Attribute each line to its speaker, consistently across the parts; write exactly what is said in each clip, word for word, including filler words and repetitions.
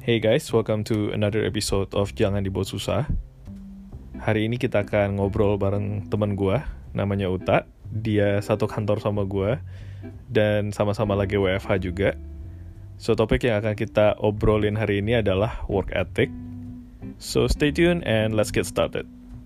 Speaker 1: Hey guys, welcome to another episode of Jangan Dibawa Susah. Hari ini kita akan ngobrol bareng teman gue, namanya Uta. Dia satu kantor sama gue, dan sama-sama lagi W F H juga. So, topik yang akan kita obrolin hari ini adalah work ethic. So, stay tuned and let's get started.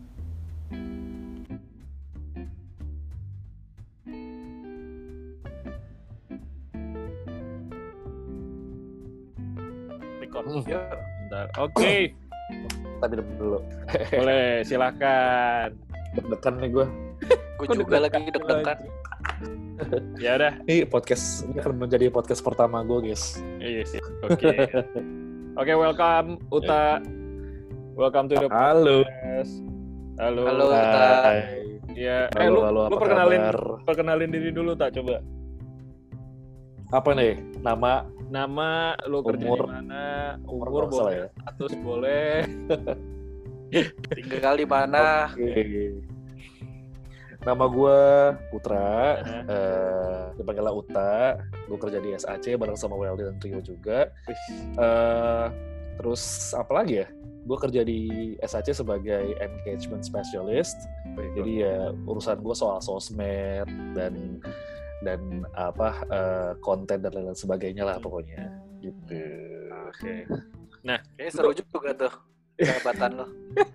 Speaker 1: Record. Yuk, bentar. Oke. Okay.
Speaker 2: Tapi dulu.
Speaker 1: Boleh, silakan.
Speaker 2: Deg-degan nih gue.
Speaker 3: Gue juga lagi deg-degan.
Speaker 1: Ya udah.
Speaker 2: Ini podcast ini akan menjadi podcast pertama gue, guys.
Speaker 1: Iya sih. Oke. Oke, welcome Uta. Welcome to the
Speaker 2: Halo.
Speaker 1: podcast. Halo.
Speaker 3: Halo Uta.
Speaker 1: Ya, eh
Speaker 2: Halo,
Speaker 1: lu,
Speaker 2: halo,
Speaker 1: lu
Speaker 2: apa
Speaker 1: perkenalin
Speaker 2: kabar?
Speaker 1: perkenalin diri dulu tak coba.
Speaker 2: Apa nih? Nama,
Speaker 1: Nama, lu kerja
Speaker 2: Umur.
Speaker 1: di mana?
Speaker 2: Umur
Speaker 1: Umur
Speaker 2: nggak salah
Speaker 1: boleh,
Speaker 2: ya?
Speaker 1: status boleh.
Speaker 3: Tinggal di mana?
Speaker 2: Oke. Nama gue Putra,
Speaker 1: Nah.
Speaker 2: eh dipanggilnya Uta. Gue kerja di S A C bareng sama Weldy dan Trio juga. Eh, terus apa lagi ya? Gue kerja di S A C sebagai engagement specialist. Jadi ya urusan gue soal sosmed dan dan apa eh, konten dan lain-lain sebagainya lah pokoknya gitu.
Speaker 1: Oke.
Speaker 3: Kayaknya seru juga tuh jabatan lo.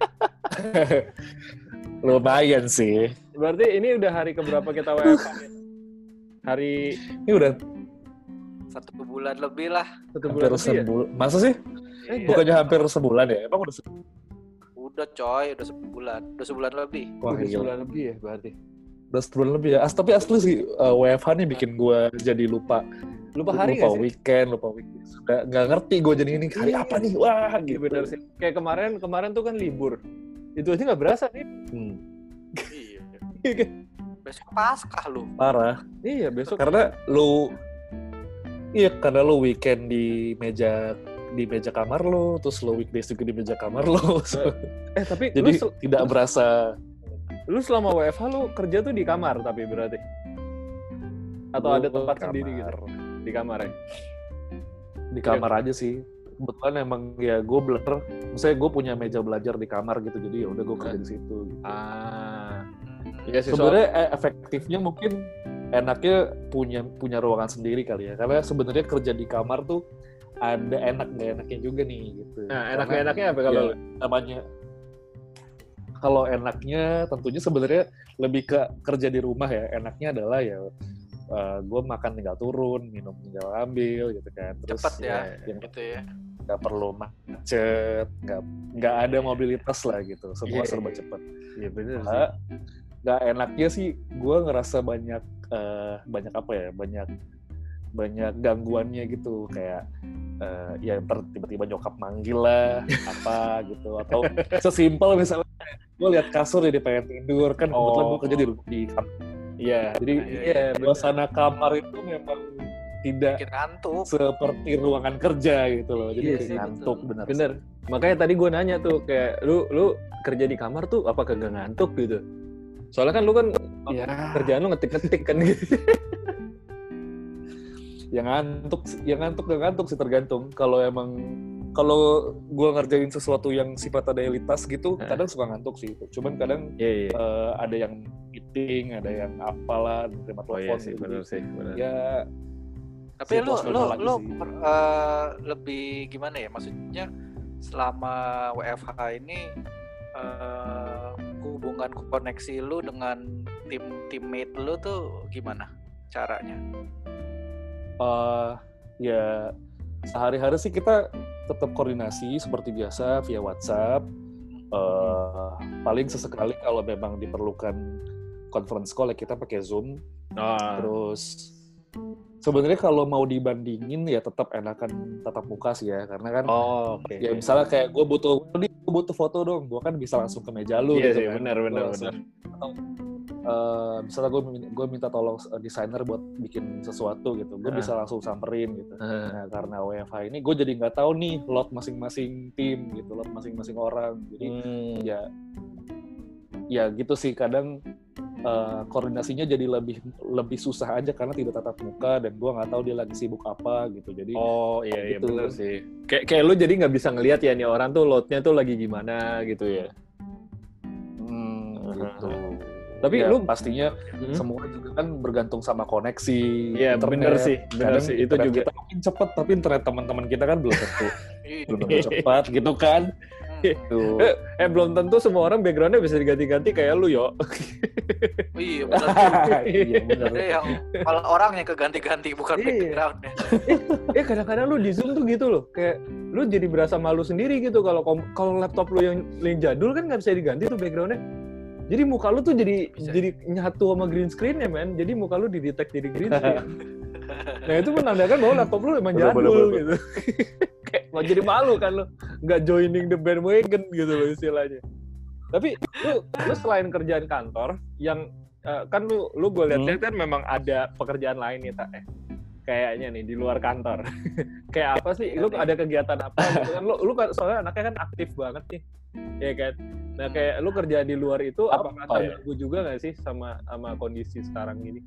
Speaker 2: Lumayan sih.
Speaker 1: Berarti ini udah hari keberapa kita W F H nih? Hari
Speaker 2: Ini udah
Speaker 3: Satu bulan lebih lah.
Speaker 1: satu
Speaker 2: hampir
Speaker 1: bulan lebih ya?
Speaker 2: sebulan. Masa sih?
Speaker 3: Iya.
Speaker 2: Bukannya hampir sebulan ya? Emang udah sebulan?
Speaker 3: Udah coy, udah sebulan. Udah sebulan lebih.
Speaker 2: Wah,
Speaker 1: Udah
Speaker 2: gila.
Speaker 1: sebulan lebih ya berarti.
Speaker 2: Udah sebulan lebih ya. As, tapi asli sih uh, W F H nih bikin gue jadi lupa.
Speaker 1: Lupa hari
Speaker 2: lupa
Speaker 1: nggak sih?
Speaker 2: weekend, lupa weekend. Sudah nggak ngerti gue jadi ini hari
Speaker 1: Iya.
Speaker 2: apa nih? Wah,
Speaker 1: Iya
Speaker 2: gitu.
Speaker 1: benar sih. Kayak kemarin kemarin tuh kan libur. Itu aja nggak berasa nih.
Speaker 2: Hmm,
Speaker 3: Iya. Besok Paskah lu.
Speaker 2: parah.
Speaker 1: Iya besok.
Speaker 2: Karena lu iya karena lu weekend di meja di meja kamar lu, terus lu weekdays juga di meja kamar lu.
Speaker 1: Eh tapi
Speaker 2: Jadi
Speaker 1: lu, sel-
Speaker 2: tidak berasa.
Speaker 1: lu selama W F H lu kerja tuh di kamar tapi berarti atau ada tempat
Speaker 2: Kamar.
Speaker 1: sendiri gitu di kamar ya?
Speaker 2: Di kamar aja sih. Kebetulan emang ya gue belajar, misalnya gue punya meja belajar di kamar gitu, jadi ya udah gue kerja di situ. Gitu.
Speaker 1: Ah,
Speaker 2: Hmm.
Speaker 1: iya sih.
Speaker 2: Sebenarnya eh, efektifnya mungkin enaknya punya punya ruangan sendiri kali ya, karena sebenarnya kerja di kamar tuh ada enak nggak enaknya juga nih gitu.
Speaker 1: Nah, enak
Speaker 2: Karena
Speaker 1: enaknya apa kalau
Speaker 2: ya,
Speaker 1: lu?
Speaker 2: namanya kalau enaknya tentunya sebenarnya lebih ke kerja di rumah ya. Enaknya adalah ya gue makan tinggal turun, minum tinggal ambil gitu kan. Terus
Speaker 3: Cepat ya,
Speaker 2: yang
Speaker 3: gitu ya.
Speaker 2: nggak perlu macet, nggak nggak ada mobilitas lah gitu, semua
Speaker 1: Iya,
Speaker 2: serba
Speaker 1: iya.
Speaker 2: cepat.
Speaker 1: Iya bener sih.
Speaker 2: Nah, nggak enaknya sih, gue ngerasa banyak eh, banyak apa ya, banyak banyak gangguannya gitu, kayak eh, ya ntar tiba-tiba nyokap manggil lah, apa gitu, atau sesimpel misalnya gue lihat kasur jadi pengen tidur kan, kebetulan
Speaker 1: Oh.
Speaker 2: gue kerja di di kamar,
Speaker 1: Iya.
Speaker 2: jadi
Speaker 1: Iya, iya, bener.
Speaker 2: suasana kamar itu memang tidak
Speaker 3: Bikin ngantuk.
Speaker 2: seperti ruangan kerja gitu loh, jadi
Speaker 1: Iya
Speaker 2: bikin
Speaker 3: sih,
Speaker 2: ngantuk
Speaker 3: betul.
Speaker 2: bener.
Speaker 1: Bener. Makanya tadi gue nanya tuh kayak lu lu kerja di kamar tuh apa kagak ngantuk gitu? Soalnya kan lu kan
Speaker 2: Ya,
Speaker 1: kerjaan lu ngetik-ngetik kan gitu.
Speaker 2: yang ngantuk, yang ngantuk gak ngantuk sih tergantung. Kalau emang kalau gue ngerjain sesuatu yang sifatnya daily task gitu,
Speaker 1: Nah.
Speaker 2: kadang suka ngantuk sih. Cuman kadang
Speaker 1: Iya iya.
Speaker 2: eh, ada yang meeting, ada yang apalah, terima
Speaker 1: Oh iya
Speaker 2: telepon
Speaker 1: sih
Speaker 2: gitu.
Speaker 1: bener sih. Bener.
Speaker 2: Ya,
Speaker 3: Tapi lu
Speaker 2: situasional
Speaker 3: lu
Speaker 2: lagi
Speaker 3: lu
Speaker 2: sih.
Speaker 3: per- eh, lebih gimana ya? Maksudnya selama W F H ini eh, hubungan koneksi lu dengan tim teammate lu tuh gimana caranya?
Speaker 2: eh, ya sehari-hari sih kita tetap koordinasi seperti biasa via WhatsApp. Eh, paling sesekali kalau memang diperlukan conference call ya kita pakai Zoom.
Speaker 1: Oh,
Speaker 2: Terus sebenarnya kalau mau dibandingin ya tetap enakan tatap muka sih ya, karena kan
Speaker 1: oh oke.
Speaker 2: ya misalnya kayak gue butuh gue butuh foto dong, gue kan bisa langsung ke meja lu
Speaker 1: Iya
Speaker 2: gitu
Speaker 1: sih
Speaker 2: kan.
Speaker 1: benar
Speaker 2: Gua
Speaker 1: benar
Speaker 2: langsung-
Speaker 1: benar.
Speaker 2: atau eh, misalnya gue gue minta tolong eh, desainer buat bikin sesuatu gitu, gue
Speaker 1: Ah.
Speaker 2: bisa langsung samperin gitu.
Speaker 1: Ah,
Speaker 2: Nah karena W F H ini gue jadi nggak tahu nih lot masing-masing tim gitu, lot masing-masing orang, jadi
Speaker 1: hmm.
Speaker 2: ya ya gitu sih kadang uh, koordinasinya jadi lebih lebih susah aja karena tidak tatap muka dan gue nggak tahu dia lagi sibuk apa gitu. Jadi
Speaker 1: oh iya iya
Speaker 2: gitu.
Speaker 1: benar sih. Kayak kayak lu jadi nggak bisa ngelihat ya nih orang tuh loadnya tuh lagi gimana gitu ya.
Speaker 2: Hmm, gitu.
Speaker 1: Tapi
Speaker 2: ya,
Speaker 1: lu
Speaker 2: pastinya hmm? semua juga kan bergantung sama koneksi.
Speaker 1: Iya benar sih, benar sih itu juga.
Speaker 2: Kita mungkin cepet tapi internet teman-teman kita kan belum tentu belum tentu cepat gitu kan.
Speaker 1: Gitu. Eh, eh belum tentu semua orang backgroundnya bisa diganti-ganti kayak lu yo.
Speaker 3: Oh, iya benar.
Speaker 2: Iya benar.
Speaker 3: Ada yang kalau orangnya keganti-ganti bukan backgroundnya.
Speaker 1: Eh kadang-kadang lu di Zoom tuh gitu loh, kayak lu jadi berasa malu sendiri gitu kalau kalau laptop lu yang, yang jadul kan nggak bisa diganti tuh backgroundnya. Jadi muka lu tuh jadi bisa. Jadi nyatu sama green screen ya men. Jadi muka lu didetect jadi green screen. Nah itu menandakan bahwa laptop lu emang jadul boleh, boleh, gitu. Kayak mau jadi malu kan lu nggak joining the bandwagon gitu loh istilahnya. Tapi lu lu selain kerjaan kantor yang uh, kan lu lu gue lihat-lihat hmm. kan memang ada pekerjaan lain nih tak eh kayaknya nih di luar kantor. Kayak apa sih? Lu ada kegiatan apa gitu kan? Lu lu soalnya anaknya kan aktif banget nih. Ya kan? Nah kayak lu kerja di luar itu apa terganggu ya? Juga nggak sih sama sama kondisi sekarang ini?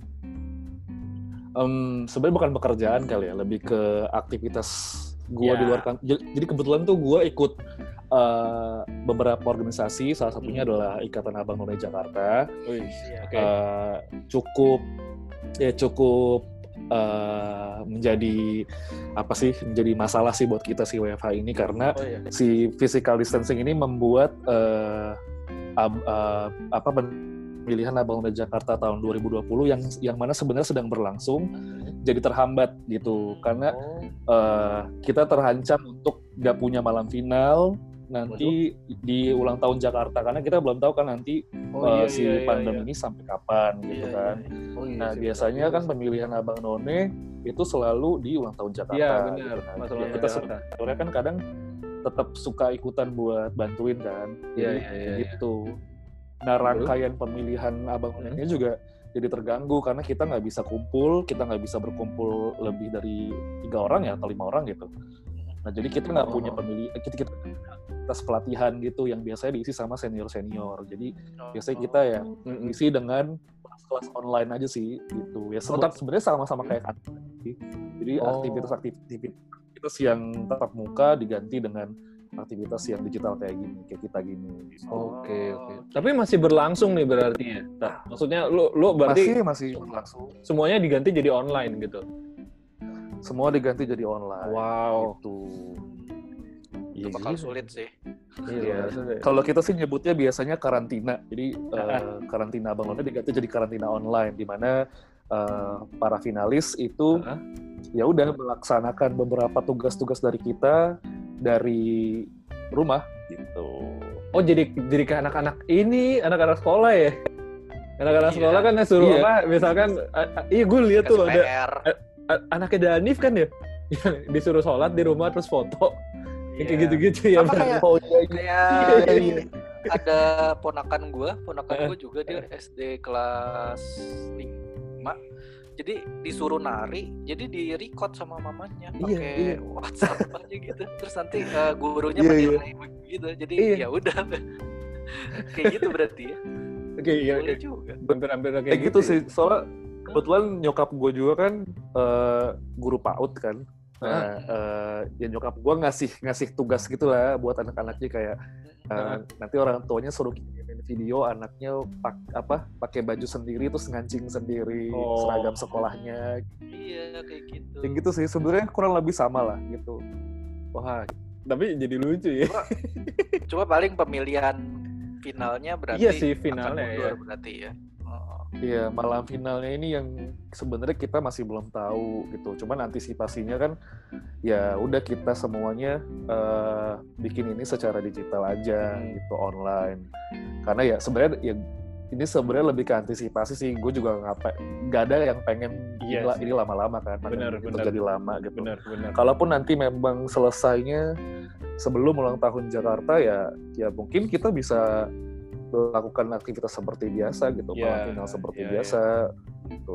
Speaker 2: Um, sebenarnya bukan pekerjaan kali ya, lebih ke aktivitas gue ya. Di luar kantor. Jadi kebetulan tuh gue ikut uh, beberapa organisasi, salah satunya hmm. adalah Ikatan Abang None Jakarta.
Speaker 1: Wih, okay.
Speaker 2: uh, cukup ya cukup uh, menjadi apa sih menjadi masalah sih buat kita si W F H ini karena oh, iya. si physical distancing ini membuat uh, ab, uh, apa pemilihan Abang None Jakarta tahun dua ribu dua puluh yang yang mana sebenarnya sedang berlangsung hmm. jadi terhambat gitu karena oh. uh, kita terancam untuk nggak punya malam final nanti Waduh. Di ulang tahun Jakarta karena kita belum tahu kan nanti oh, uh, iya, si iya, pandemi iya. Ini sampai kapan gitu iya, kan. Iya. Oh, iya, nah biasanya kan pemilihan Abang None itu selalu di ulang tahun Jakarta.
Speaker 1: Iya benar.
Speaker 2: Gitu. Nah,
Speaker 1: Masalah
Speaker 2: kita sebenarnya kan kadang tetap suka ikutan buat bantuin kan.
Speaker 1: Iya iya iya.
Speaker 2: Gitu. Nah rangkaian pemilihan Abang None ini juga jadi terganggu karena kita nggak bisa kumpul, kita nggak bisa berkumpul lebih dari tiga orang ya atau lima orang gitu. Nah jadi kita nggak oh. punya pemilih, kita kita tes pelatihan gitu yang biasanya diisi sama senior-senior. Jadi oh. biasanya kita ya diisi dengan kelas online aja sih gitu. Ya tetap sebenarnya sama-sama kayak kantor. Jadi oh. aktivitas-aktivitas yang tatap muka diganti dengan aktivitas yang digital kayak gini, kayak kita gini.
Speaker 1: Oke, oke. Okay, okay. Tapi masih berlangsung nih berarti ya? Nah, maksudnya lu lu berarti
Speaker 2: masih masih berlangsung.
Speaker 1: Semuanya diganti jadi online gitu.
Speaker 2: Semua diganti jadi online.
Speaker 1: Wow.
Speaker 2: Gitu.
Speaker 3: Itu ya, bakal gitu. Sulit sih.
Speaker 2: Iya. Kalau kita sih nyebutnya biasanya karantina. Jadi uh, karantina Abang None diganti jadi karantina online, di mana uh, para finalis itu uh-huh. ya udah melaksanakan beberapa tugas-tugas dari kita dari rumah gitu.
Speaker 1: Oh jadi jadi ke anak-anak ini anak-anak sekolah ya? Anak-anak iya. sekolah kan suruh iya. apa? Misalkan, uh, iya gue lihat tuh ada uh, anaknya Danif kan ya, disuruh sholat di rumah terus foto. Yeah. Kayak gitu-gitu ya.
Speaker 3: Apa kayak, oh, iya, kayak iya, iya. ada ponakan gue, ponakan gue juga dia S D kelas lima. Jadi disuruh nari, jadi di record sama mamanya pakai iya, iya. WhatsApp aja gitu. Terus nanti uh, gurunya yeah, menilai yeah. gitu. Jadi iya. ya udah. Kayak gitu berarti ya.
Speaker 1: Oke, okay, iya, iya juga. Hampir-hampir kayak, kayak gitu, gitu sih. Soalnya kebetulan nyokap gue juga kan uh, guru PAUD kan. Nah, uh, ya nyokap gue ngasih ngasih tugas gitulah buat anak-anaknya kayak uh, nanti orang tuanya suruh kirimin video anaknya pak apa pakai baju sendiri terus ngancing sendiri oh. seragam sekolahnya.
Speaker 3: Iya kayak gitu.
Speaker 2: Yang gitu sih sebenarnya kurang lebih sama lah gitu.
Speaker 1: Wah, tapi jadi lucu ya.
Speaker 3: Coba, coba paling pemilihan finalnya berarti.
Speaker 1: Iya sih finalnya ya.
Speaker 3: Berarti ya.
Speaker 2: Iya, malam finalnya ini yang sebenarnya kita masih belum tahu gitu. Cuman antisipasinya kan ya udah kita semuanya uh, bikin ini secara digital aja hmm. gitu online. Karena ya sebenarnya ya ini sebenarnya lebih ke antisipasi sih. Gue juga nggak nggak ada yang pengen iya, ini, ini lama-lama kan.
Speaker 1: Benar, benar.
Speaker 2: Jadi lama gitu.
Speaker 1: Benar, benar.
Speaker 2: Kalaupun nanti memang selesainya sebelum ulang tahun Jakarta ya ya mungkin kita bisa melakukan aktivitas seperti biasa gitu, yeah, malam final seperti yeah, biasa yeah. gitu.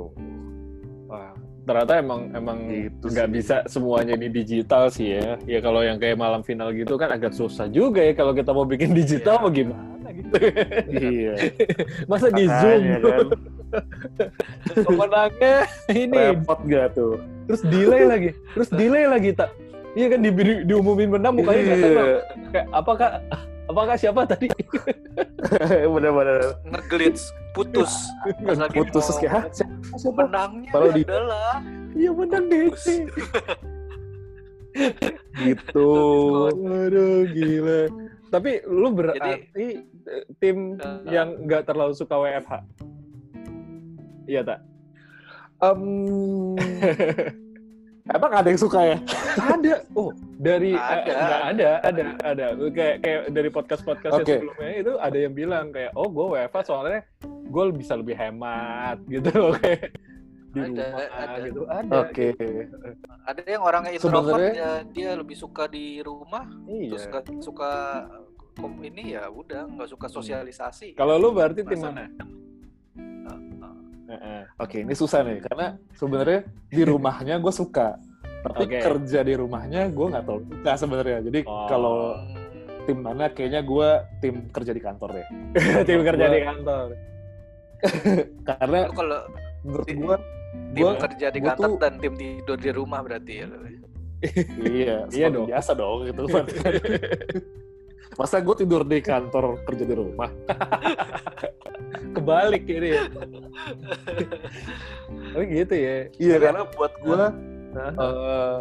Speaker 1: Wah, ternyata emang emang gitu nggak bisa semuanya ini digital sih ya. Ya kalau yang kayak malam final gitu kan agak susah juga ya kalau kita mau bikin digital yeah. mau gimana
Speaker 4: gitu.
Speaker 2: Iya.
Speaker 4: Masa di zoom
Speaker 2: Makanya kan.
Speaker 4: pemenangnya ini
Speaker 2: Repot gak tuh?
Speaker 4: terus delay lagi terus delay lagi tak iya kan di, di, diumumin menang mukanya nggak
Speaker 2: Iya.
Speaker 4: tenang kayak apakah apakah siapa tadi
Speaker 2: Bener-bener.
Speaker 3: Ngeglitch, putus. Pas lagi
Speaker 2: Putus
Speaker 3: mau-
Speaker 2: kayak, "Hah, siapa? siapa?"
Speaker 3: Menangnya
Speaker 2: Kalau di-
Speaker 3: adalah
Speaker 4: iya menang deh
Speaker 2: Gitu.
Speaker 4: aduh gila tapi lu berarti
Speaker 3: Jadi-
Speaker 4: eh, tim
Speaker 3: Uh,
Speaker 4: yang nggak terlalu suka W F H iya tak
Speaker 2: Em, Emang ada yang suka ya?
Speaker 4: ada oh dari
Speaker 3: Ada.
Speaker 4: eh, nggak ada ada ada kayak kayak dari podcast podcast
Speaker 2: Oke.
Speaker 4: sebelumnya itu ada yang bilang kayak oh gue W F H soalnya gue bisa lebih hemat gitu loh kayak di
Speaker 3: Ada,
Speaker 4: rumah
Speaker 3: ada.
Speaker 4: gitu ada
Speaker 2: Oke.
Speaker 3: ada yang orangnya introvert
Speaker 2: Sebenarnya-
Speaker 3: ya, dia lebih suka di rumah,
Speaker 4: iya
Speaker 3: terus gak suka kom- ini ya udah nggak suka sosialisasi.
Speaker 4: kalau lu berarti tim
Speaker 3: Masa-
Speaker 4: mana Heeh.
Speaker 2: Oke, ini susah nih karena sebenarnya di rumahnya gue suka, tapi
Speaker 4: Oke.
Speaker 2: kerja di rumahnya gue nggak tahu suka sebenarnya. Jadi
Speaker 4: Oh.
Speaker 2: kalau
Speaker 3: Hmm,
Speaker 2: tim mana, kayaknya gue tim kerja di kantor deh.
Speaker 4: tim kerja
Speaker 2: Gua-
Speaker 4: di kantor
Speaker 2: Karena
Speaker 3: lu kalau
Speaker 2: menurut
Speaker 3: Tim-
Speaker 2: gue,
Speaker 3: tim
Speaker 2: gue
Speaker 3: kerja di
Speaker 2: gua
Speaker 3: kantor
Speaker 2: tuh-
Speaker 3: dan tim tidur di rumah berarti ya lu.
Speaker 2: iya,
Speaker 4: Iya
Speaker 2: seperti
Speaker 4: dong.
Speaker 2: biasa dong gitu. Masa gue tidur di kantor kerja di rumah?
Speaker 4: kebalik ini ya tapi gitu ya
Speaker 2: Iya, karena buat gue
Speaker 4: Hah?
Speaker 2: eh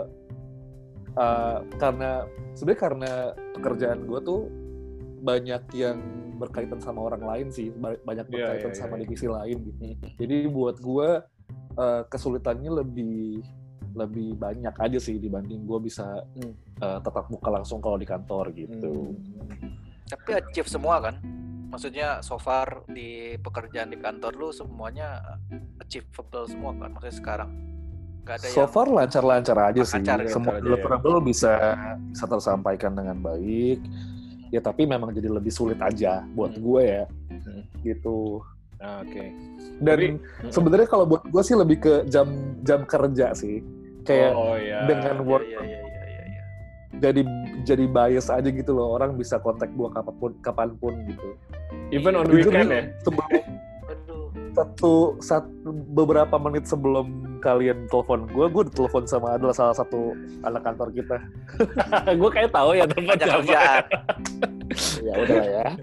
Speaker 2: eh, karena sebenarnya karena pekerjaan gue tuh banyak yang berkaitan sama orang lain sih, ba- banyak
Speaker 4: Iya,
Speaker 2: berkaitan
Speaker 4: iya,
Speaker 2: sama
Speaker 4: iya.
Speaker 2: divisi lain gitu. Jadi buat gue eh, kesulitannya lebih lebih banyak aja sih dibanding gue bisa
Speaker 4: Hmm.
Speaker 2: eh, tetap muka langsung kalau di kantor gitu.
Speaker 3: Tapi achieve semua kan? Maksudnya so far di pekerjaan di kantor lu semuanya achievable semua kan? Maksudnya sekarang nggak ada
Speaker 2: So
Speaker 3: yang
Speaker 2: far lancar-lancar aja sih.
Speaker 3: Lancar,
Speaker 2: Semua
Speaker 4: lancar aja,
Speaker 2: deliverable bisa bisa tersampaikan dengan baik. Ya tapi memang jadi lebih sulit aja buat
Speaker 4: Hmm.
Speaker 2: gue ya.
Speaker 4: Hmm.
Speaker 2: Gitu.
Speaker 4: Nah, oke
Speaker 2: Dan
Speaker 4: Tapi-
Speaker 2: sebenarnya kalau buat gue sih lebih ke jam jam kerja sih. Kayak
Speaker 4: oh ya
Speaker 2: dengan
Speaker 3: Iya,
Speaker 2: work
Speaker 3: iya, iya, iya, iya, iya.
Speaker 2: jadi jadi bias aja gitu loh. Orang bisa kontak gue kapanpun kapanpun gitu.
Speaker 4: even on
Speaker 2: Jujur
Speaker 4: weekend
Speaker 2: nih,
Speaker 4: ya
Speaker 2: sebelum
Speaker 3: Aduh.
Speaker 2: satu satu beberapa menit sebelum kalian telepon gue, gue ditelepon sama adalah salah satu anak kantor kita.
Speaker 4: gue kayak tahu ya telepon
Speaker 3: Banyak
Speaker 4: siapa
Speaker 3: kerjaan.
Speaker 2: Ya udah lah ya.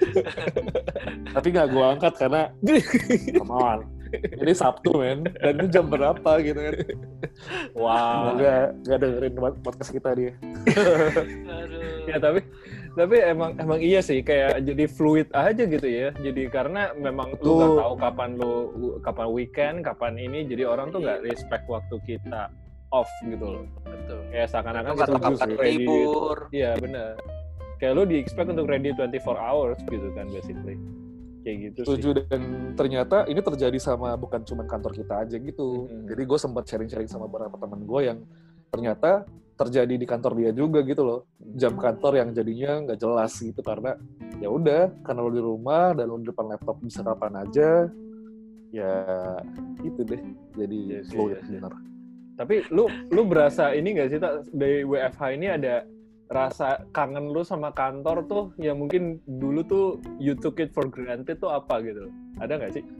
Speaker 2: Tapi nggak gue angkat karena come on. Ini Sabtu men, dan ini jam berapa gitu kan?
Speaker 4: wow
Speaker 2: Semoga nggak dengerin podcast kita dia.
Speaker 3: Aduh.
Speaker 4: ya tapi tapi emang emang iya sih kayak jadi fluid aja gitu ya jadi karena memang lu nggak
Speaker 2: Betul.
Speaker 4: tahu kapan lu kapan weekend kapan ini jadi orang tuh nggak respect waktu kita off gitu loh
Speaker 3: Betul.
Speaker 4: kayak seakan-akan
Speaker 3: Lu
Speaker 4: kita
Speaker 3: nggak tahu
Speaker 4: harus
Speaker 3: kapan
Speaker 4: ready
Speaker 3: libur.
Speaker 4: iya benar kayak lu di expect untuk ready twenty-four hours gitu kan basically kayak gitu
Speaker 2: Setuju,
Speaker 4: sih
Speaker 2: dan ternyata ini terjadi sama bukan cuma kantor kita aja gitu.
Speaker 4: Mhm.
Speaker 2: Jadi gue sempat sharing-sharing sama beberapa teman gue yang ternyata terjadi di kantor dia juga gitu loh. Jam kantor yang jadinya nggak jelas gitu karena ya udah karena lo di rumah dan lo di depan laptop bisa kapan aja. Ya itu deh. Jadi
Speaker 4: Iya sih,
Speaker 2: fluid
Speaker 4: iya sih.
Speaker 2: bener.
Speaker 4: tapi lu lu berasa ini nggak sih tak dari W F H ini ada rasa kangen lu sama kantor tuh yang mungkin dulu tuh you took it for granted tuh apa gitu ada nggak sih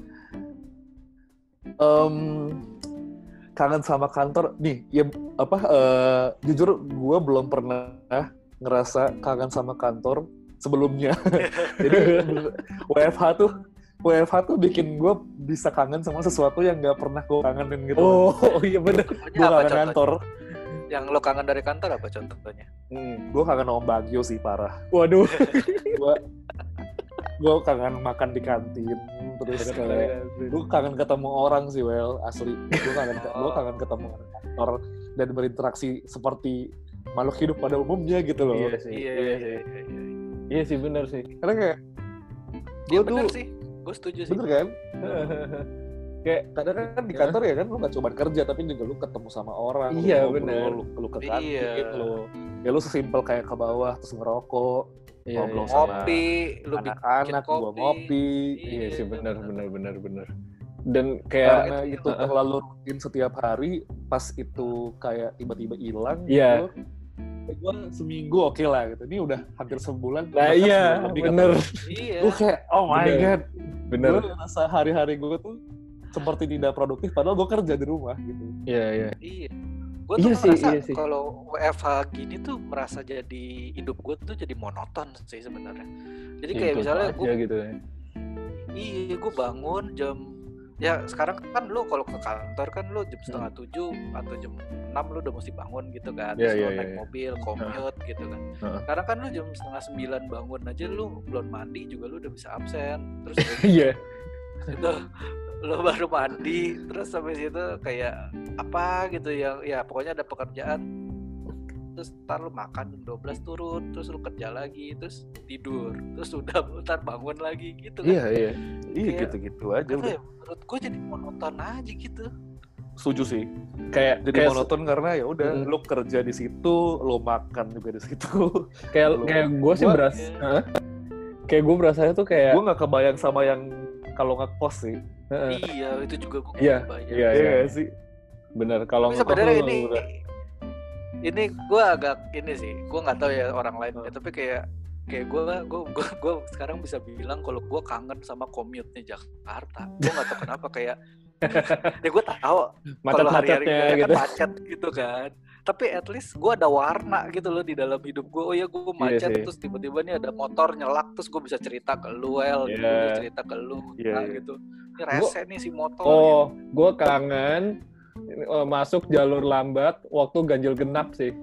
Speaker 2: Em, kangen sama kantor nih ya apa eh, jujur gue belum pernah ngerasa kangen sama kantor sebelumnya. Jadi W F H tuh W F H tuh bikin gue bisa kangen sama sesuatu yang nggak pernah gue kangenin gitu.
Speaker 4: oh iya bener
Speaker 3: Contohnya
Speaker 2: Gue
Speaker 3: apa
Speaker 2: kangen
Speaker 3: contohnya?
Speaker 2: kantor.
Speaker 3: Yang lo kangen dari kantor apa contohnya?
Speaker 4: hmm.
Speaker 2: Gue kangen Om Bagio sih parah.
Speaker 4: waduh
Speaker 2: Gue gue kangen makan di kantin terus kayak gue kangen ketemu orang sih Well asli. Gue kangen gue kangen ketemu orang kantor dan berinteraksi seperti makhluk hidup pada umumnya gitu loh.
Speaker 4: iya sih
Speaker 3: Iya,
Speaker 4: iya
Speaker 3: iya,
Speaker 4: sih
Speaker 3: iya, iya.
Speaker 4: iya sih bener sih
Speaker 2: Karena kayak
Speaker 3: Iya
Speaker 2: gue
Speaker 3: bener
Speaker 2: tuh
Speaker 3: sih, gue setuju sih.
Speaker 2: bener kan?
Speaker 4: kayak
Speaker 2: Kadang kan di kantor ya kan lu gak cuma kerja tapi juga lu ketemu sama orang. lu
Speaker 4: Iya,
Speaker 2: ngobrol,
Speaker 4: bener.
Speaker 2: Lu, lu ke kantin,
Speaker 3: Iya.
Speaker 2: lu ya lu sesimpel kayak ke bawah terus ngerokok,
Speaker 4: iya,
Speaker 2: ngobrol
Speaker 4: iya.
Speaker 2: sama
Speaker 3: Ngopi, lu bikin
Speaker 2: anak-anak, gua
Speaker 3: kopi.
Speaker 2: ngopi.
Speaker 4: iya sih bener
Speaker 3: bener.
Speaker 4: bener bener bener dan kayak
Speaker 2: Karena itu terlalu rutin setiap hari, pas itu kayak tiba-tiba hilang
Speaker 4: Iya.
Speaker 2: gitu, gue seminggu oke okay lah gitu. Ini udah hampir sebulan.
Speaker 4: Nah iya, bener.
Speaker 3: Iya.
Speaker 2: Gue kayak, oh my
Speaker 4: Bener.
Speaker 2: god.
Speaker 4: Bener.
Speaker 2: Gue ngerasa hari-hari gue tuh seperti tidak produktif, padahal gue kerja di rumah gitu.
Speaker 4: Iya, iya.
Speaker 3: Iya. Gue tuh
Speaker 4: Iya sih,
Speaker 3: merasa
Speaker 4: iya sih.
Speaker 3: kalau W F H gini tuh merasa jadi hidup gue tuh jadi monoton sih sebenarnya. Jadi kayak
Speaker 4: Itu
Speaker 3: misalnya
Speaker 4: aja
Speaker 3: gue,
Speaker 4: gitu ya.
Speaker 3: iya gue bangun jam, ya sekarang kan lu kalau ke kantor kan lu jam setengah tujuh atau jam enam lu udah mesti bangun gitu kan.
Speaker 4: Iya,
Speaker 3: Terus
Speaker 4: iya,
Speaker 3: lu naik
Speaker 4: iya.
Speaker 3: mobil, commute gitu kan.
Speaker 4: Heeh.
Speaker 3: Sekarang kan lu jam setengah sembilan bangun aja lu belum mandi juga lu udah bisa absen. Terus
Speaker 4: Iya.
Speaker 3: itu lo baru mandi terus sampai situ kayak apa gitu yang ya pokoknya ada pekerjaan terus ntar lu makan jam dua belas turun terus lu kerja lagi terus tidur terus udah ntar bangun lagi gitu kan.
Speaker 4: Iya, iya.
Speaker 2: Iya
Speaker 3: Kayak-
Speaker 2: gitu-gitu aja
Speaker 3: Apa
Speaker 2: udah.
Speaker 3: ya, menurut gue jadi monoton aja gitu.
Speaker 2: Setuju sih.
Speaker 4: Kayak
Speaker 2: Jadi
Speaker 4: kayak
Speaker 2: monoton karena ya udah
Speaker 4: Mm.
Speaker 2: lu kerja di situ, lu makan juga di situ.
Speaker 4: kayak
Speaker 2: Lu-
Speaker 4: kayak gue sih
Speaker 2: gua-
Speaker 4: beras.
Speaker 3: Iya.
Speaker 4: Heeh. Kayak gue berasanya tuh kayak
Speaker 2: Gue nggak kebayang sama yang kalau ngekos sih.
Speaker 4: heeh.
Speaker 3: Iya itu juga gue
Speaker 4: Iya,
Speaker 3: bayang.
Speaker 4: iya,
Speaker 2: Iya
Speaker 4: iya.
Speaker 2: nggak sih.
Speaker 4: Bener. Kalau
Speaker 3: Tapi
Speaker 4: ngekos
Speaker 3: sebenarnya
Speaker 4: tuh
Speaker 3: ini
Speaker 4: udah-
Speaker 3: ini gue agak ini sih gue nggak tahu ya orang lain ya, tapi kayak kayak gue gue gue gue sekarang bisa bilang kalau gue kangen sama commute-nya Jakarta. Gue nggak tahu kenapa kayak ya gue tahu kalau hari-hari
Speaker 4: macet-macetnya
Speaker 3: kan
Speaker 4: gitu.
Speaker 3: macet gitu kan. Tapi at least gue ada warna gitu loh di dalam hidup gue. Oh ya gue macet
Speaker 4: sih.
Speaker 3: terus tiba-tiba nih ada motor nyelak terus gue bisa cerita ke lu El, gitu.
Speaker 4: Iya.
Speaker 3: Gue bisa cerita ke lu
Speaker 2: Iya,
Speaker 3: nah,
Speaker 2: iya.
Speaker 3: gitu. Ini rese nih si motor.
Speaker 4: Oh, gue kangen eh, masuk jalur lambat waktu ganjil genap sih.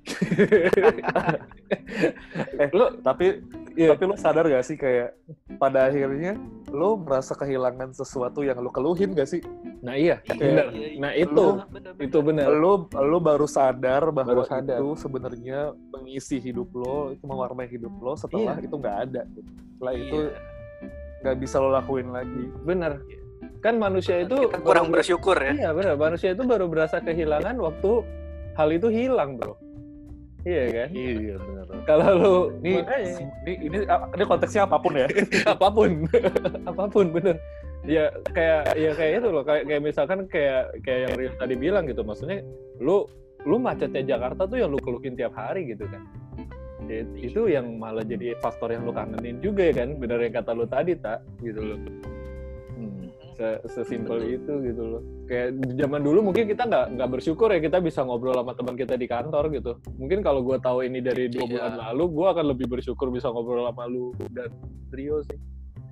Speaker 2: Eh,
Speaker 4: Lu
Speaker 2: tapi
Speaker 4: Iya.
Speaker 2: tapi lu sadar gak sih kayak pada akhirnya lu merasa kehilangan sesuatu yang lu keluhin gak sih?
Speaker 4: nah iya,
Speaker 3: Iya,
Speaker 4: bener.
Speaker 3: iya, iya.
Speaker 4: Nah itu,
Speaker 3: Bener, bener, bener.
Speaker 4: itu bener.
Speaker 2: Lu lu baru sadar bahwa
Speaker 4: Baru sadar.
Speaker 2: itu sebenarnya mengisi hidup lo, itu mewarnai hidup lo setelah
Speaker 4: Iya.
Speaker 2: itu nggak ada. Gitu. Setelah
Speaker 3: Iya.
Speaker 2: itu nggak bisa lo lakuin lagi.
Speaker 4: Bener. Kan manusia itu
Speaker 3: kita kurang
Speaker 4: baru-
Speaker 3: bersyukur ya.
Speaker 4: Iya benar, manusia itu baru berasa kehilangan waktu hal itu hilang, bro. Iya kan?
Speaker 2: Iya benar.
Speaker 4: Kalau lu
Speaker 2: Ini,
Speaker 4: makanya,
Speaker 2: ini ini ini konteksnya apapun ya.
Speaker 4: apapun, apapun bener. Ya kayak ya kayak itu loh, kayak kayak misalkan kayak kayak yang Rio tadi bilang gitu, maksudnya lu lu macetnya Jakarta tuh yang lu keluhin tiap hari gitu kan. Ya, itu yang malah jadi faktor yang lu kangenin juga ya kan, bener yang kata lu tadi tak gitu loh.
Speaker 2: Hmm.
Speaker 4: Se- sesimpel itu gitu loh. Kayak di zaman dulu mungkin kita nggak nggak bersyukur ya kita bisa ngobrol sama teman kita di kantor gitu. Mungkin kalau gue tahu ini dari dua
Speaker 3: Iya.
Speaker 4: bulan lalu, gue akan lebih bersyukur bisa ngobrol sama lu dan Rio sih.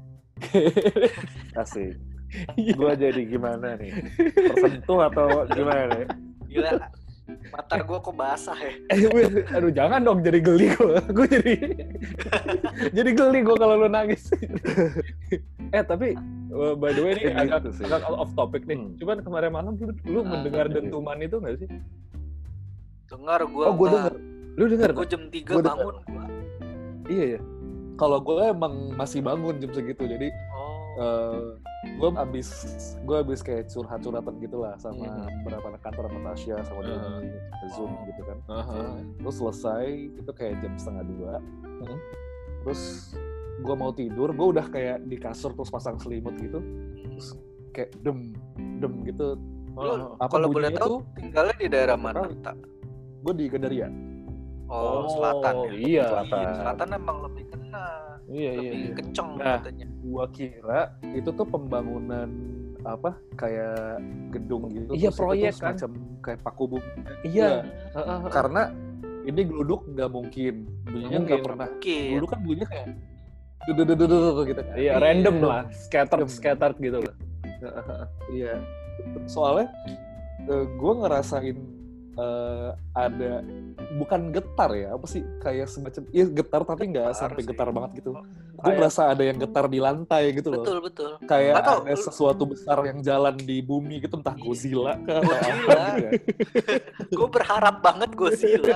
Speaker 2: Asik. Gua jadi gimana nih? Tersentuh atau gimana nih?
Speaker 3: Gila, mata gue kok basah ya.
Speaker 4: Aduh jangan dong, jadi geli gue. Gue jadi jadi geli gue kalau lu nangis. eh tapi uh, by the way ini
Speaker 2: Kayak
Speaker 4: agak,
Speaker 2: gitu sih.
Speaker 4: agak off topic nih.
Speaker 2: Hmm.
Speaker 4: Cuman kemarin malam lu, lu
Speaker 3: Ah,
Speaker 4: mendengar
Speaker 2: iya.
Speaker 4: dentuman itu nggak sih?
Speaker 3: Dengar gue.
Speaker 2: Oh, gua denger.
Speaker 4: Lu dengar?
Speaker 3: Gue jam tiga
Speaker 2: Gua denger.
Speaker 3: bangun gue.
Speaker 4: Iya ya.
Speaker 2: Kalau gue emang masih bangun jam segitu, jadi
Speaker 3: Oh.
Speaker 2: uh, gue abis gue abis kayak curhat-curhatan gitulah sama
Speaker 4: Mhm.
Speaker 2: beberapa anak kantor sama Tasya sama dia
Speaker 4: Mhm.
Speaker 2: di Zoom
Speaker 3: Oh.
Speaker 2: gitu kan.
Speaker 4: Aha.
Speaker 2: Terus selesai itu kayak jam setengah dua.
Speaker 4: Mhm.
Speaker 2: Terus gue mau tidur, gue udah kayak di kasur terus pasang selimut gitu, kayak dem dem gitu.
Speaker 3: Lu
Speaker 2: Apa
Speaker 3: kalau boleh
Speaker 2: bunyinya
Speaker 3: tahu tinggalnya di daerah mana,
Speaker 2: Kali.
Speaker 3: Tak?
Speaker 2: Gue di Gandaria.
Speaker 3: Oh, selatan ya.
Speaker 4: Iya.
Speaker 2: Selatan.
Speaker 3: Iya, selatan emang lebih kena,
Speaker 4: Iya iya.
Speaker 3: lebih
Speaker 4: iya.
Speaker 3: kenceng
Speaker 2: Nah.
Speaker 3: katanya.
Speaker 2: Gua kira itu tuh pembangunan apa kayak gedung gitu.
Speaker 4: Iya,
Speaker 2: terus itu
Speaker 4: proyek
Speaker 2: tuh
Speaker 4: kan.
Speaker 2: semacam kayak paku bumi.
Speaker 4: Iya.
Speaker 2: Karena ini geluduk nggak mungkin, bunyinya
Speaker 4: Nggak
Speaker 2: nggak
Speaker 4: mungkin.
Speaker 2: pernah.
Speaker 3: Mungkin.
Speaker 2: Geluduk kan bunyinya kayak dududududu gitu kan.
Speaker 4: Iya,
Speaker 3: Iya.
Speaker 4: random lah, scattered
Speaker 2: Random.
Speaker 4: scattered gitu loh.
Speaker 2: Iya. Soalnya gue ngerasain eh, ada bukan getar ya, apa sih kayak semacam iya getar tapi nggak
Speaker 3: Getar
Speaker 2: sampai
Speaker 3: sih.
Speaker 2: getar banget gitu.
Speaker 3: Oh,
Speaker 2: Gue
Speaker 4: kayak-
Speaker 2: merasa ada yang getar di lantai gitu loh.
Speaker 3: Betul betul.
Speaker 2: Kayak
Speaker 3: Nggak tahu,
Speaker 2: ada
Speaker 3: lu-
Speaker 2: sesuatu besar yang jalan di bumi gitu, entah
Speaker 3: Iya.
Speaker 2: Godzilla ke atau apa
Speaker 3: Godzilla.
Speaker 2: gitu kan.
Speaker 3: Gue berharap banget gue sila.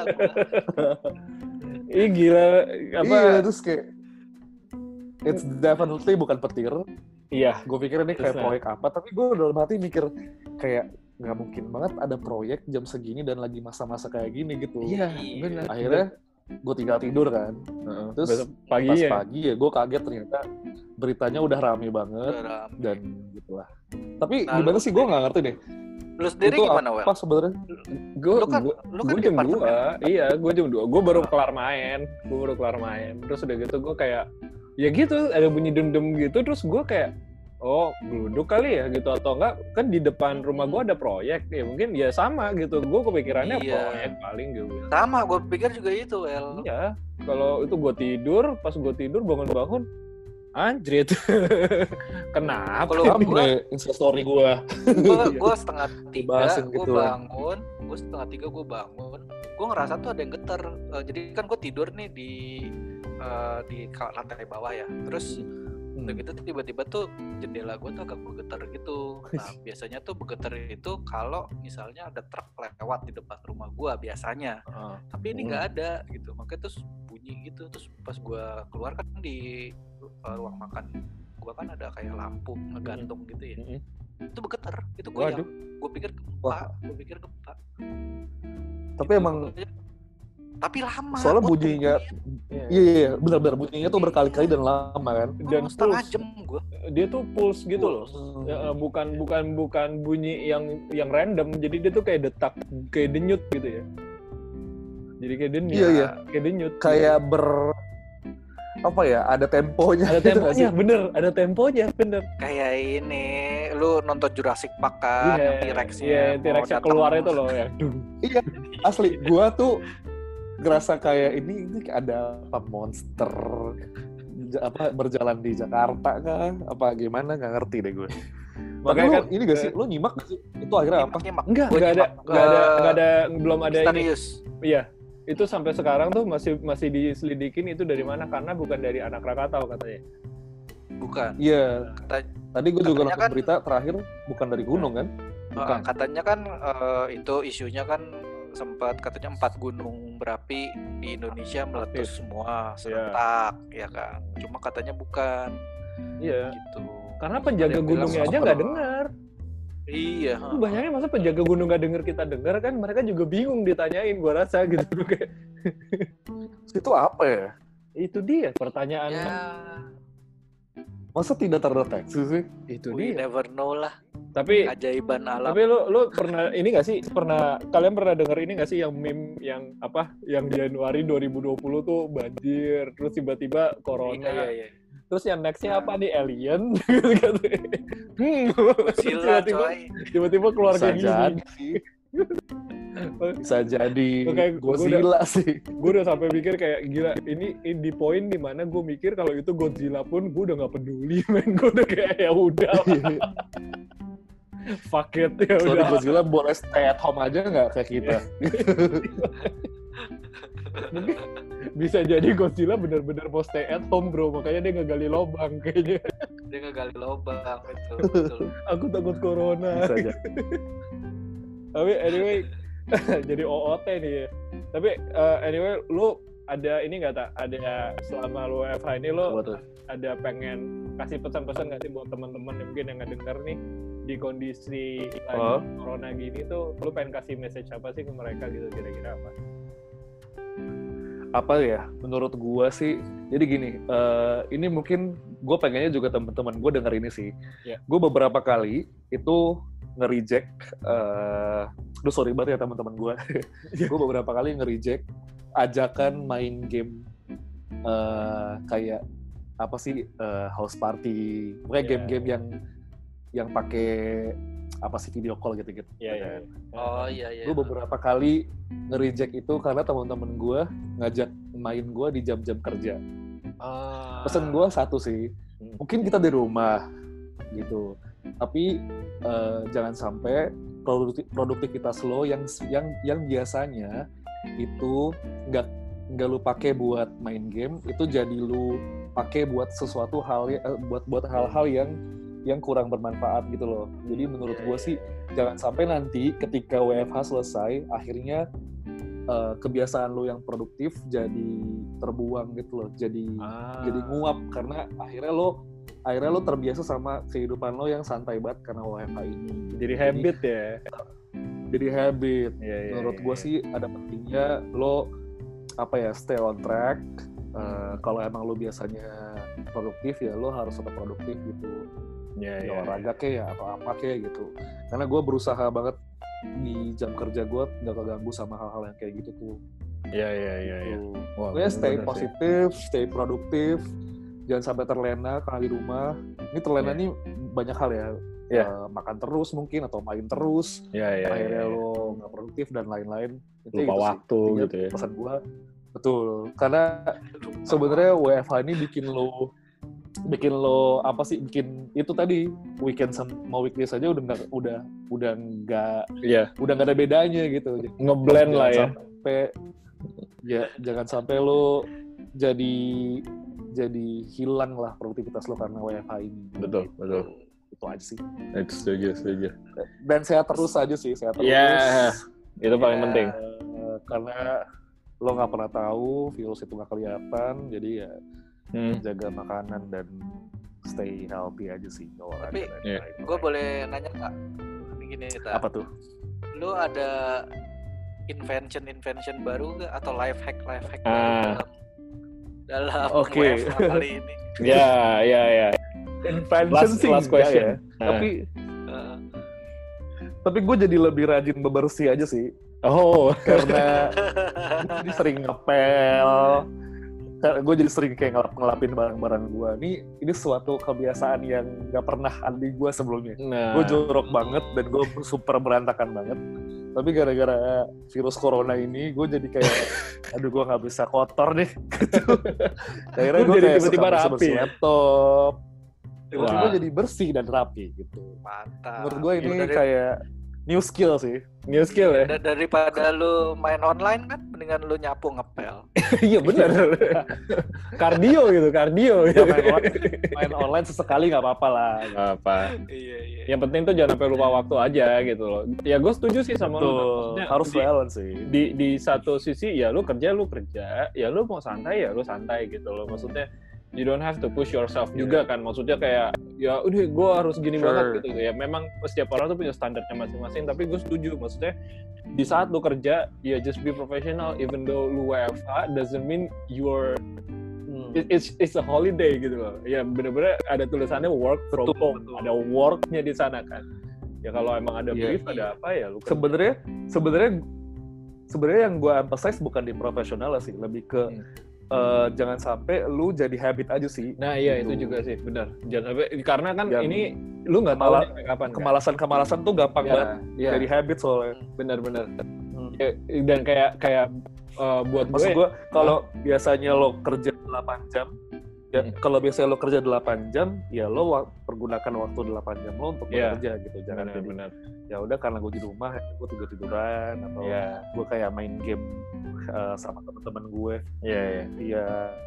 Speaker 4: Ih gila apa?
Speaker 2: Iya, terus kayak it's definitely bukan petir.
Speaker 4: Iya.
Speaker 2: Gue pikir ini kayak
Speaker 4: Terus,
Speaker 2: proyek apa, tapi gue dalam hati mikir kayak nggak mungkin banget ada proyek jam segini dan lagi masa-masa kayak gini gitu.
Speaker 4: Iya,
Speaker 3: Iya.
Speaker 4: benar.
Speaker 2: Akhirnya gue tinggal tidur kan.
Speaker 4: Heeh.
Speaker 2: Terus
Speaker 4: Besok pagi
Speaker 2: pas
Speaker 4: ya.
Speaker 2: pagi ya gue kaget ternyata beritanya udah rame banget
Speaker 3: Udah rame.
Speaker 2: dan gitulah. Tapi
Speaker 3: Nah,
Speaker 2: gimana
Speaker 3: lu
Speaker 2: sih gue nggak ngerti deh.
Speaker 3: Lu Lu sendiri
Speaker 2: itu
Speaker 3: gimana, Wel?
Speaker 2: apa sebenarnya?
Speaker 4: Gue
Speaker 3: Lu kan- lu kan
Speaker 4: gue jam
Speaker 3: departemen.
Speaker 4: dua, iya gue jam dua, gue baru kelar main, gue baru kelar main, terus udah gitu gue kayak, ya gitu ada bunyi dem-dem gitu, terus gue kayak, oh geluduk kali ya gitu atau enggak, kan di depan rumah gue ada proyek, ya mungkin ya sama gitu, gue kepikirannya
Speaker 3: Iya.
Speaker 4: proyek paling gitu.
Speaker 3: Sama, gue pikir juga itu, Wel.
Speaker 4: Iya, kalau itu gue tidur, pas gue tidur bangun-bangun, anjrit, kenapa?
Speaker 3: Kalau
Speaker 2: Apa
Speaker 3: gua-
Speaker 2: nih instastory gua?
Speaker 3: gue gue setengah tiga
Speaker 2: Dibahasin
Speaker 3: gue
Speaker 2: gituan.
Speaker 3: bangun gue setengah tiga gue bangun gue ngerasa tuh ada yang getar. Eh, jadi kan gue tidur nih di eh, di ka- lantai bawah ya, terus
Speaker 2: Hmm.
Speaker 3: udah gitu tuh tiba-tiba tuh jendela gue tuh agak bergetar gitu. Nah biasanya tuh bergetar itu kalau misalnya ada truk lewat di depan rumah gue biasanya,
Speaker 4: Ah,
Speaker 3: tapi ini
Speaker 2: Hmm.
Speaker 3: nggak ada gitu, makanya terus bunyi gitu. Terus pas gue keluar kan di uh, ruang makan gue kan ada kayak lampu ngegantung gitu ya,
Speaker 4: mm-mm.
Speaker 3: itu bergetar, itu
Speaker 4: Waduh.
Speaker 3: goyang. Gue pikir gempa,
Speaker 2: Wah.
Speaker 3: gue pikir gempa.
Speaker 2: Tapi
Speaker 3: Gitu,
Speaker 2: emang
Speaker 3: pokoknya. Tapi lama.
Speaker 2: soalnya
Speaker 3: gua
Speaker 2: bunyinya,
Speaker 3: tungguin.
Speaker 4: Iya,
Speaker 2: iya iya benar-benar bunyinya tuh berkali-kali dan lama kan.
Speaker 4: dan
Speaker 3: Oh, setengah
Speaker 4: pulse.
Speaker 3: jam gue.
Speaker 4: Dia tuh pulse gitu loh.
Speaker 2: Hmm.
Speaker 4: Ya, eh, bukan bukan bukan bunyi yang yang random, jadi dia tuh kayak detak, kayak denyut gitu ya. Jadi kayak denyut,
Speaker 2: Iya, iya.
Speaker 4: kayak denyut.
Speaker 2: Kayak ber apa ya? Ada temponya.
Speaker 4: ada
Speaker 2: gitu nggak
Speaker 4: temponya,
Speaker 2: sih?
Speaker 4: bener, ada temponya, bener.
Speaker 3: Kayak ini, lu nonton Jurassic Park kan, yang T-Rexnya
Speaker 4: iya,
Speaker 3: mau
Speaker 4: T-Rexnya
Speaker 3: datang.
Speaker 4: keluar itu loh ya. Duh.
Speaker 2: Asli, gua tuh ngerasa kayak ini ini ada apa monster ja- apa berjalan di Jakarta kah? Apa gimana? Nggak ngerti deh gue. Makanya
Speaker 4: Makanya
Speaker 2: lu
Speaker 4: kan,
Speaker 2: ini gak sih? Lu nyimak gak sih? Itu akhirnya apa?
Speaker 3: Nyimak, nyimak.
Speaker 4: Enggak,
Speaker 3: Gua
Speaker 4: enggak ada,
Speaker 3: nyimak.
Speaker 4: enggak ada,
Speaker 3: Eh,
Speaker 4: enggak ada, belum ada ini.
Speaker 3: Misterius.
Speaker 4: Iya, itu sampai sekarang tuh masih masih diselidikin itu dari mana, karena bukan dari anak Krakatau katanya.
Speaker 3: Bukan.
Speaker 2: Iya.
Speaker 3: Kata-
Speaker 2: Tadi gue juga
Speaker 3: Katanya
Speaker 2: nonton
Speaker 3: kan-
Speaker 2: berita terakhir bukan dari gunung kan?
Speaker 4: Bukan.
Speaker 3: Eh, katanya kan eh, itu isunya kan sempat katanya empat gunung berapi di Indonesia meletus semua serentak, ya kan. Cuma katanya bukan
Speaker 4: Iya,
Speaker 3: gitu.
Speaker 4: karena penjaga
Speaker 3: Ada yang
Speaker 4: gunungnya
Speaker 3: bilang
Speaker 4: aja
Speaker 3: sama.
Speaker 4: nggak dengar.
Speaker 3: Iya.
Speaker 4: Lu bayangin masa penjaga gunung nggak denger kita dengar kan, mereka juga bingung ditanyain, gua rasa gitu. Kayak,
Speaker 2: Itu apa ya?
Speaker 4: itu dia pertanyaan.
Speaker 3: Ya,
Speaker 2: Masa tidak terdeteksi sih?
Speaker 4: Itu
Speaker 3: we
Speaker 4: dia.
Speaker 3: never know lah.
Speaker 4: Tapi
Speaker 3: Keajaiban alam.
Speaker 4: tapi lu lu pernah ini nggak sih? Pernah kalian pernah denger ini nggak sih yang meme yang apa? Yang Januari dua ribu dua puluh tuh banjir, terus tiba-tiba corona.
Speaker 3: Iya, iya, iya.
Speaker 4: Terus yang nextnya
Speaker 3: Nah.
Speaker 4: apa nih, alien? Gitu. hmm.
Speaker 3: Godzilla,
Speaker 4: tiba-tiba,
Speaker 3: coy.
Speaker 4: tiba-tiba keluar
Speaker 2: Bisa
Speaker 4: kayak gini.
Speaker 2: jadi sih. Bisa jadi
Speaker 4: Oke, gua
Speaker 2: Godzilla sih.
Speaker 4: Gue udah sampai mikir kayak gila, ini, ini di poin dimana gue mikir kalau itu Godzilla pun gue udah nggak peduli, men. Gue udah kayak ya udah, fuck it, ya
Speaker 2: Sorry,
Speaker 4: udah.
Speaker 2: Godzilla boleh stay at home aja nggak kayak kita?
Speaker 4: Mungkin bisa jadi Godzilla bener-bener mau stay at home, bro, makanya dia ngegali lobang kayaknya.
Speaker 3: Dia ngegali lubang itu. Betul.
Speaker 4: Aku takut corona.
Speaker 2: Bisa aja.
Speaker 4: Tapi anyway, jadi O O T nih ya. Tapi uh, anyway, lu ada ini nggak tak? Ada selama lu W F H ini lu
Speaker 2: Apa tuh?
Speaker 4: ada pengen kasih pesan-pesan nggak sih buat teman-teman yang mungkin yang ngedenger nih di kondisi lagi
Speaker 2: Oh.
Speaker 4: corona gini tuh, lu pengen kasih message apa sih ke mereka gitu, kira-kira apa?
Speaker 2: Apa ya? Menurut gua sih, jadi gini. eh, ini mungkin gue pengennya juga teman-teman gue denger ini sih.
Speaker 4: Ya.
Speaker 2: Gue beberapa kali itu nge-reject. Uh, Duh sorry banget ya teman-teman gue. Gue beberapa kali nge-reject ajakan main game eh, kayak apa sih eh, house party, pokoknya
Speaker 4: Ya.
Speaker 2: game-game yang yang pakai apa sih video call gitu-gitu.
Speaker 4: Iya, iya.
Speaker 3: Oh iya iya.
Speaker 2: Gue beberapa kali nge-reject itu karena teman-teman gue ngajak main gue di jam-jam kerja.
Speaker 4: Ah.
Speaker 2: Pesan gue satu sih,
Speaker 4: Hmm.
Speaker 2: mungkin kita di rumah gitu, tapi eh, jangan sampai produkti- produktivitas lo yang yang yang biasanya itu nggak nggak lu pakai buat main game, itu jadi lu pakai buat sesuatu hal ya- eh, buat buat hal-hal yang yang kurang bermanfaat gitu loh. Jadi menurut
Speaker 3: Iya,
Speaker 2: gue
Speaker 3: iya,
Speaker 2: sih jangan sampai nanti ketika W F H selesai akhirnya eh, kebiasaan lo yang produktif jadi terbuang gitu loh, jadi
Speaker 4: Ah.
Speaker 2: jadi nguap karena akhirnya lo akhirnya lo terbiasa sama kehidupan lo yang santai banget karena W F H ini.
Speaker 4: Jadi habit ya.
Speaker 2: Jadi habit.
Speaker 4: Iya, iya,
Speaker 2: Menurut
Speaker 4: iya,
Speaker 2: gue
Speaker 4: iya.
Speaker 2: sih ada pentingnya lo apa ya stay on track. Uh, kalau emang lo biasanya produktif ya lo harus tetap produktif gitu.
Speaker 4: Ya,
Speaker 2: di
Speaker 4: ya,
Speaker 2: olahraga kayak ya atau apa kayak gitu. Karena gue berusaha banget di jam kerja gue nggak keganggu sama hal-hal yang kayak gitu tuh.
Speaker 4: Iya, iya, iya, iya.
Speaker 2: Tuh.
Speaker 4: Wah,
Speaker 2: Pokoknya stay
Speaker 4: bener-bener sih.
Speaker 2: positif, stay produktif, jangan sampai terlena karena di rumah. Ini terlena
Speaker 4: Iya.
Speaker 2: nih banyak hal ya.
Speaker 4: Iya.
Speaker 2: Eh, makan terus mungkin atau main terus,
Speaker 4: Iya, iya,
Speaker 2: akhirnya
Speaker 4: iya.
Speaker 2: lo nggak produktif dan lain-lain. Intinya
Speaker 4: Lupa
Speaker 2: gitu sih.
Speaker 4: waktu
Speaker 2: Intinya
Speaker 4: gitu ya.
Speaker 2: Pesan gue betul. Karena sebenarnya W F H ini bikin lo bikin lo apa sih bikin itu tadi weekend sama weekdays aja udah nggak udah udah nggak
Speaker 4: Iya,
Speaker 2: udah nggak ada bedanya gitu.
Speaker 4: ngeblend lah ya.
Speaker 2: Sampai ya jangan sampai lo jadi jadi hilang lah produktivitas lo karena W F H ini.
Speaker 4: Betul, betul.
Speaker 2: Itu aja sih.
Speaker 4: Itu setuju, setuju.
Speaker 2: Dan sehat terus aja sih, sehat terus.
Speaker 4: Iya, itu paling
Speaker 3: Iya.
Speaker 4: penting.
Speaker 2: Eh, karena lo nggak pernah tahu virus itu nggak kelihatan, jadi ya
Speaker 4: Hmm.
Speaker 2: jaga makanan dan stay healthy aja sih olahraga.
Speaker 3: Tapi,
Speaker 2: dan
Speaker 4: Iya.
Speaker 2: lain-lain.
Speaker 3: Gue boleh nanya Kak, gini Tak.
Speaker 2: Apa tuh?
Speaker 3: Lu ada invention-invention baru nggak atau life hack life hack baru
Speaker 4: Ah.
Speaker 3: dalam dalam
Speaker 2: Oke.
Speaker 3: W F H kali ini?
Speaker 4: Ya, ya, ya.
Speaker 2: Invention
Speaker 4: Last,
Speaker 2: sih
Speaker 4: last
Speaker 2: enggak
Speaker 4: question.
Speaker 2: ya.
Speaker 4: Ah.
Speaker 2: Tapi
Speaker 3: Eh,
Speaker 2: tapi gue jadi lebih rajin bebersih aja sih.
Speaker 4: Oh,
Speaker 2: Karena gue jadi sering ngepel. Gue jadi sering kayak ngelap ngelapin barang-barang gue. Nih ini suatu kebiasaan yang nggak pernah ada di gue sebelumnya.
Speaker 4: nah.
Speaker 2: Gue jorok banget dan gue super berantakan banget. Tapi gara-gara virus corona ini, gue jadi kayak, aduh gue nggak bisa kotor nih. Gitu. Akhirnya
Speaker 4: Lu
Speaker 2: gue
Speaker 4: jadi
Speaker 2: kayak
Speaker 4: tiba-tiba
Speaker 2: suka
Speaker 4: rapi
Speaker 2: bersih
Speaker 4: ya?
Speaker 2: laptop. Tiba-tiba
Speaker 4: Wah.
Speaker 2: jadi bersih dan rapi gitu.
Speaker 3: Mantap.
Speaker 2: Menurut gue ini
Speaker 3: Dari-
Speaker 2: kayak new skill sih.
Speaker 4: New skill ya?
Speaker 3: da- daripada lu main online kan, mendingan lu nyapu ngepel.
Speaker 4: Iya benar. Kardio gitu, kardio
Speaker 2: Ya,
Speaker 4: gitu.
Speaker 2: main, online, main online sesekali nggak apa-apa lah.
Speaker 4: Apa?
Speaker 3: Iya iya.
Speaker 4: Yang penting tuh jangan sampai lupa waktu aja gitu loh. Ya gue setuju sih sama lu.
Speaker 2: Betul.
Speaker 4: Maksudnya
Speaker 2: Harus
Speaker 4: di,
Speaker 2: balance sih.
Speaker 4: di di satu sisi ya lu kerja lu kerja, ya lu mau santai ya lu santai gitu loh. Maksudnya you don't have to push yourself juga kan. Maksudnya kayak ya udah gue harus gini
Speaker 2: Sure.
Speaker 4: banget gitu. Ya memang setiap orang tuh punya standarnya masing-masing. Tapi gue setuju. Maksudnya di saat lu kerja ya just be professional. Even though lu W F H doesn't mean you're
Speaker 2: Hmm.
Speaker 4: it- it's it's a holiday gitu loh. Ya bener-bener ada tulisannya work from
Speaker 2: Betul,
Speaker 4: home.
Speaker 2: betul.
Speaker 4: Ada worknya di sana kan. Ya kalau emang ada
Speaker 2: Iya.
Speaker 4: brief ada apa ya lu kerja.
Speaker 2: Sebenarnya sebenarnya sebenarnya yang gue emphasize bukan di profesional sih, lebih ke
Speaker 4: Hmm.
Speaker 2: eh, jangan sampai lu jadi habit aja sih.
Speaker 4: Nah iya
Speaker 2: Gitu.
Speaker 4: itu juga sih benar. Jangan sampai karena kan
Speaker 2: Yang
Speaker 4: ini lu nggak tahu
Speaker 2: kemala-
Speaker 4: nih sampai kapan kan.
Speaker 2: Kemalasan-kemalasan tuh gampang
Speaker 4: Ya,
Speaker 2: banget
Speaker 4: ya,
Speaker 2: jadi habit soalnya.
Speaker 4: benar-benar.
Speaker 2: Hmm.
Speaker 4: Ya, dan kayak kayak uh, buat
Speaker 2: Maksud
Speaker 4: gue
Speaker 2: gue kalau biasanya lo kerja delapan jam, ya
Speaker 4: Hmm.
Speaker 2: kalau biasanya lo kerja delapan jam, ya lo wa- pergunakan waktu delapan jam lo untuk
Speaker 4: Iya.
Speaker 2: bekerja gitu. Jangan jadi
Speaker 4: benar-benar.
Speaker 2: ya udah karena gue di rumah, gue tidur tiduran atau
Speaker 4: Ya,
Speaker 2: gue kayak main game eh, sama teman-teman gue.
Speaker 4: ya, ya.
Speaker 2: Iya.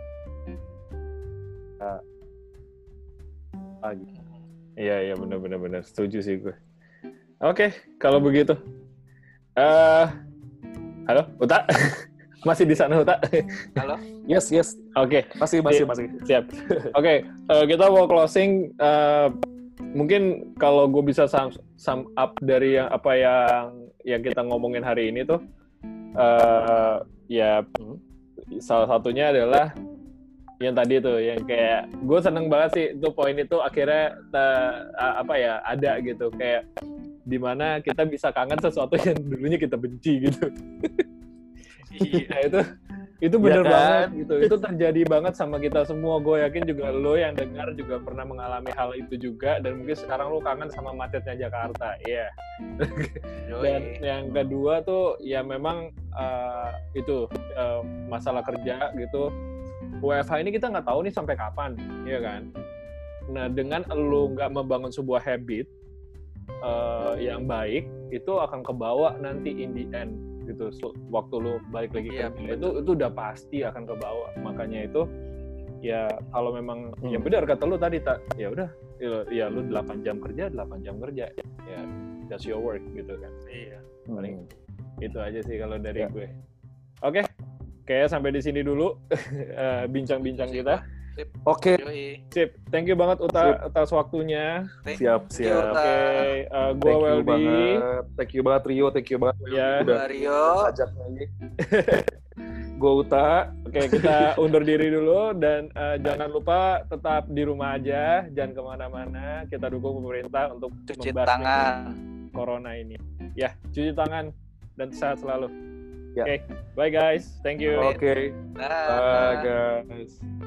Speaker 2: Ah, ah, gitu.
Speaker 4: Iya iya benar-benar benar. Setuju sih gue. Oke kalau begitu. Eh, halo Uta, masih di sana Uta?
Speaker 3: Halo.
Speaker 2: Yes, yes.
Speaker 4: Oke.
Speaker 2: Masih, masih,
Speaker 4: Iya.
Speaker 2: masih.
Speaker 4: Siap. Oke, eh, kita mau closing. eh, mungkin kalau gue bisa sum, sum up dari yang apa yang yang kita ngomongin hari ini tuh, eh, ya
Speaker 2: Hmm.
Speaker 4: salah satunya adalah yang tadi tuh, yang kayak gue seneng banget sih itu poin itu akhirnya te- a- apa ya ada gitu kayak dimana kita bisa kangen sesuatu yang dulunya kita benci gitu.
Speaker 3: Iya.
Speaker 4: Nah itu itu bener
Speaker 2: Iya kan?
Speaker 4: banget gitu. Itu terjadi banget sama kita semua. Gue yakin juga lo yang dengar juga pernah mengalami hal itu juga dan mungkin sekarang lo kangen sama macetnya Jakarta. Iya. Dan
Speaker 3: Yoi.
Speaker 4: yang kedua tuh ya memang uh, itu uh, masalah kerja gitu. W F H ini kita nggak tahu nih sampai kapan, ya kan? Nah dengan lo nggak membangun sebuah habit uh, yang baik, itu akan kebawa nanti in the end gitu. So, waktu lo balik lagi
Speaker 3: Iya,
Speaker 4: kerja itu itu udah pasti akan kebawa. Makanya itu ya kalau memang
Speaker 2: Hmm.
Speaker 4: ya benar kata lo tadi tak, ya udah ya lu delapan jam kerja, delapan jam kerja. Ya that's your work gitu kan.
Speaker 3: Iya.
Speaker 4: Paling itu aja sih kalau dari
Speaker 2: Ya.
Speaker 4: gue. Oke. Kayaknya sampai di sini dulu eh, bincang-bincang kita.
Speaker 3: Sip.
Speaker 2: Oke,
Speaker 3: Yoi.
Speaker 4: Sip. Thank you banget Uta atas waktunya.
Speaker 3: Thank
Speaker 2: siap,
Speaker 3: you,
Speaker 2: siap.
Speaker 3: Uta.
Speaker 4: Oke, eh, gue
Speaker 2: Thank you
Speaker 4: Weldy.
Speaker 2: banget. Thank you banget Rio, thank you banget.
Speaker 4: Ya.
Speaker 2: Udah
Speaker 3: Mario.
Speaker 2: ajak lagi.
Speaker 4: gue Uta. Oke, kita undur diri dulu dan uh, jangan lupa tetap di rumah aja, jangan kemana-mana. Kita dukung pemerintah untuk
Speaker 3: Cuci
Speaker 4: membasmi
Speaker 3: tangan.
Speaker 4: corona ini. Ya, cuci tangan dan sehat selalu.
Speaker 2: Ya.
Speaker 4: Oke, bye guys. Thank you.
Speaker 2: Oke.
Speaker 3: Nah.
Speaker 2: Bye guys.